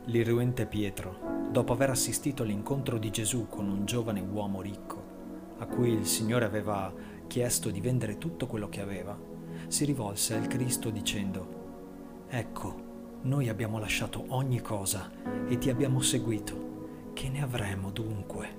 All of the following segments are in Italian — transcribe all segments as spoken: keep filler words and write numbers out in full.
L'irruente Pietro, dopo aver assistito all'incontro di Gesù con un giovane uomo ricco, a cui il Signore aveva chiesto di vendere tutto quello che aveva, si rivolse al Cristo dicendo: «Ecco, noi abbiamo lasciato ogni cosa e ti abbiamo seguito. Che ne avremo dunque?»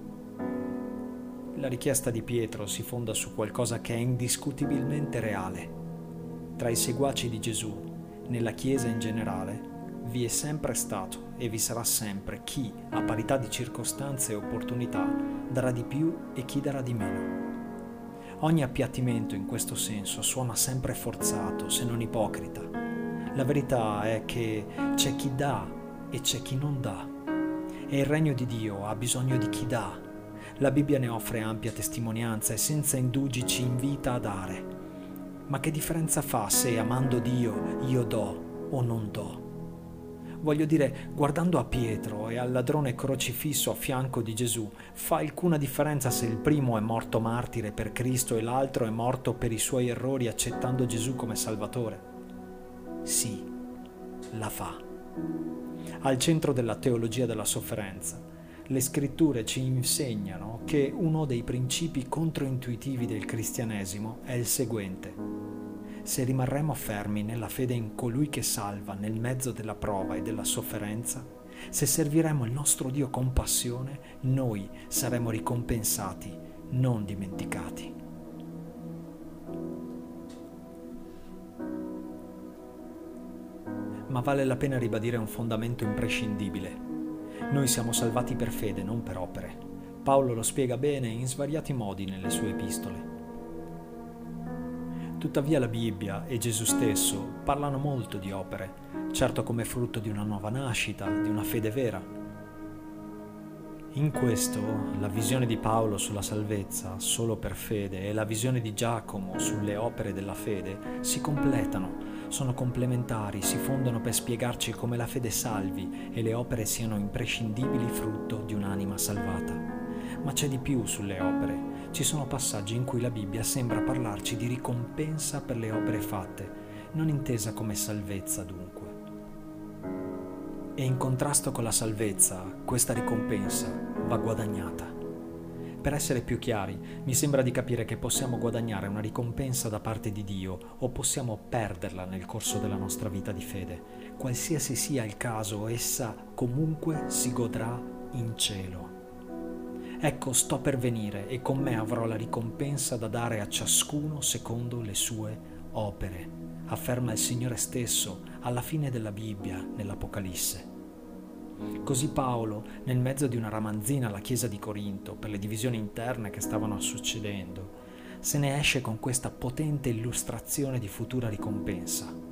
La richiesta di Pietro si fonda su qualcosa che è indiscutibilmente reale. Tra i seguaci di Gesù, nella Chiesa in generale, vi è sempre stato e vi sarà sempre chi, a parità di circostanze e opportunità, darà di più e chi darà di meno. Ogni appiattimento in questo senso suona sempre forzato, se non ipocrita. La verità è che c'è chi dà e c'è chi non dà. E il regno di Dio ha bisogno di chi dà. La Bibbia ne offre ampia testimonianza e senza indugi ci invita a dare. Ma che differenza fa se, amando Dio, io do o non do? Voglio dire, guardando a Pietro e al ladrone crocifisso a fianco di Gesù, fa alcuna differenza se il primo è morto martire per Cristo e l'altro è morto per i suoi errori accettando Gesù come Salvatore? Sì, la fa. Al centro della teologia della sofferenza, le scritture ci insegnano che uno dei principi controintuitivi del cristianesimo è il seguente: se rimarremo fermi nella fede in colui che salva nel mezzo della prova e della sofferenza, se serviremo il nostro Dio con passione, noi saremo ricompensati, non dimenticati. Ma vale la pena ribadire un fondamento imprescindibile. Noi siamo salvati per fede, non per opere. Paolo lo spiega bene in svariati modi nelle sue epistole. Tuttavia la Bibbia e Gesù stesso parlano molto di opere, certo come frutto di una nuova nascita, di una fede vera. In questo, la visione di Paolo sulla salvezza solo per fede e la visione di Giacomo sulle opere della fede si completano, sono complementari, si fondono per spiegarci come la fede salvi e le opere siano imprescindibili frutto di un'anima salvata. Ma c'è di più sulle opere. Ci sono passaggi in cui la Bibbia sembra parlarci di ricompensa per le opere fatte, non intesa come salvezza dunque. E in contrasto con la salvezza, questa ricompensa va guadagnata. Per essere più chiari, mi sembra di capire che possiamo guadagnare una ricompensa da parte di Dio o possiamo perderla nel corso della nostra vita di fede. Qualsiasi sia il caso, essa comunque si godrà in cielo. Ecco, sto per venire e con me avrò la ricompensa da dare a ciascuno secondo le sue opere, afferma il Signore stesso alla fine della Bibbia, nell'Apocalisse. Così Paolo, nel mezzo di una ramanzina alla chiesa di Corinto per le divisioni interne che stavano succedendo, se ne esce con questa potente illustrazione di futura ricompensa.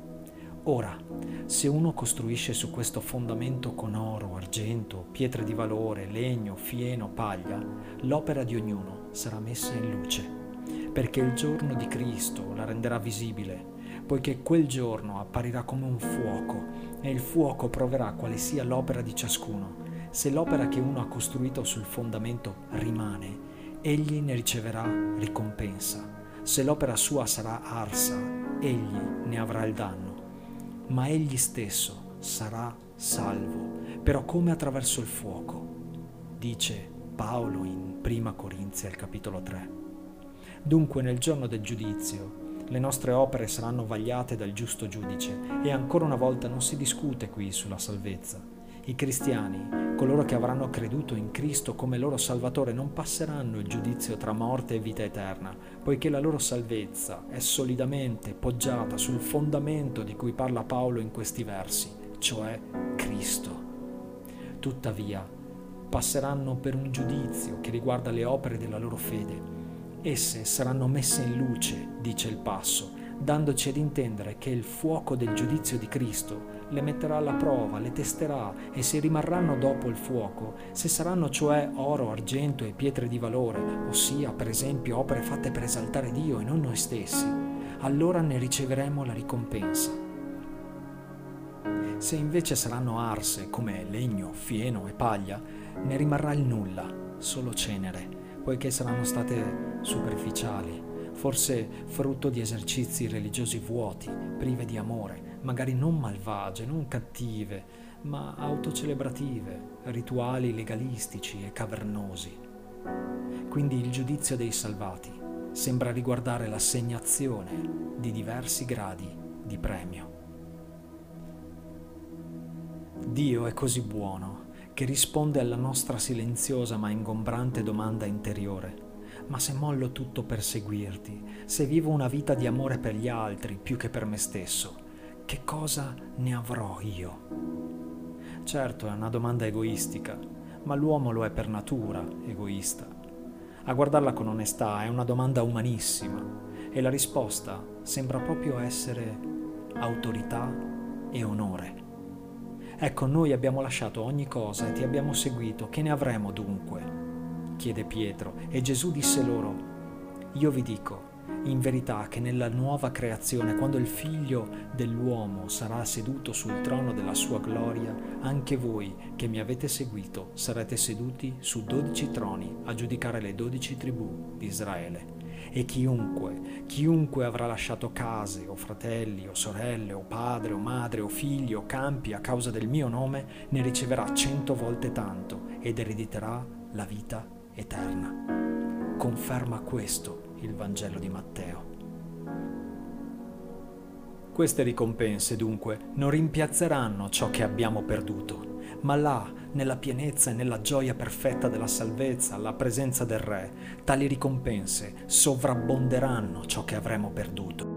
Ora, se uno costruisce su questo fondamento con oro, argento, pietre di valore, legno, fieno, paglia, l'opera di ognuno sarà messa in luce, perché il giorno di Cristo la renderà visibile, poiché quel giorno apparirà come un fuoco e il fuoco proverà quale sia l'opera di ciascuno. Se l'opera che uno ha costruito sul fondamento rimane, egli ne riceverà ricompensa. Se l'opera sua sarà arsa, egli ne avrà il danno. Ma egli stesso sarà salvo, però come attraverso il fuoco, dice Paolo in Prima Corinzi al capitolo tre. Dunque nel giorno del giudizio le nostre opere saranno vagliate dal giusto giudice e ancora una volta non si discute qui sulla salvezza. I cristiani, coloro che avranno creduto in Cristo come loro Salvatore, non passeranno il giudizio tra morte e vita eterna, poiché la loro salvezza è solidamente poggiata sul fondamento di cui parla Paolo in questi versi, cioè Cristo. Tuttavia, passeranno per un giudizio che riguarda le opere della loro fede. Esse saranno messe in luce, dice il passo, dandoci ad intendere che il fuoco del giudizio di Cristo le metterà alla prova, le testerà e se rimarranno dopo il fuoco, se saranno cioè oro, argento e pietre di valore, ossia per esempio opere fatte per esaltare Dio e non noi stessi, allora ne riceveremo la ricompensa. Se invece saranno arse come legno, fieno e paglia, ne rimarrà il nulla, solo cenere, poiché saranno state superficiali, forse frutto di esercizi religiosi vuoti, prive di amore, magari non malvagie, non cattive, ma autocelebrative, rituali legalistici e cavernosi. Quindi il giudizio dei salvati sembra riguardare l'assegnazione di diversi gradi di premio. Dio è così buono che risponde alla nostra silenziosa ma ingombrante domanda interiore: ma se mollo tutto per seguirti, se vivo una vita di amore per gli altri più che per me stesso, che cosa ne avrò io? Certo, è una domanda egoistica, ma l'uomo lo è per natura egoista. A guardarla con onestà è una domanda umanissima e la risposta sembra proprio essere autorità e onore. Ecco, noi abbiamo lasciato ogni cosa e ti abbiamo seguito, che ne avremo dunque? Chiede Pietro, e Gesù disse loro: io vi dico, in verità, che nella nuova creazione, quando il Figlio dell'uomo sarà seduto sul trono della sua gloria, anche voi che mi avete seguito sarete seduti su dodici troni a giudicare le dodici tribù di Israele. E chiunque, chiunque avrà lasciato case, o fratelli, o sorelle, o padre, o madre, o figli, o campi a causa del mio nome, ne riceverà cento volte tanto ed erediterà la vita eterna. Conferma questo il Vangelo di Matteo. Queste ricompense, dunque, non rimpiazzeranno ciò che abbiamo perduto, ma là, nella pienezza e nella gioia perfetta della salvezza, alla presenza del Re, tali ricompense sovrabbonderanno ciò che avremo perduto.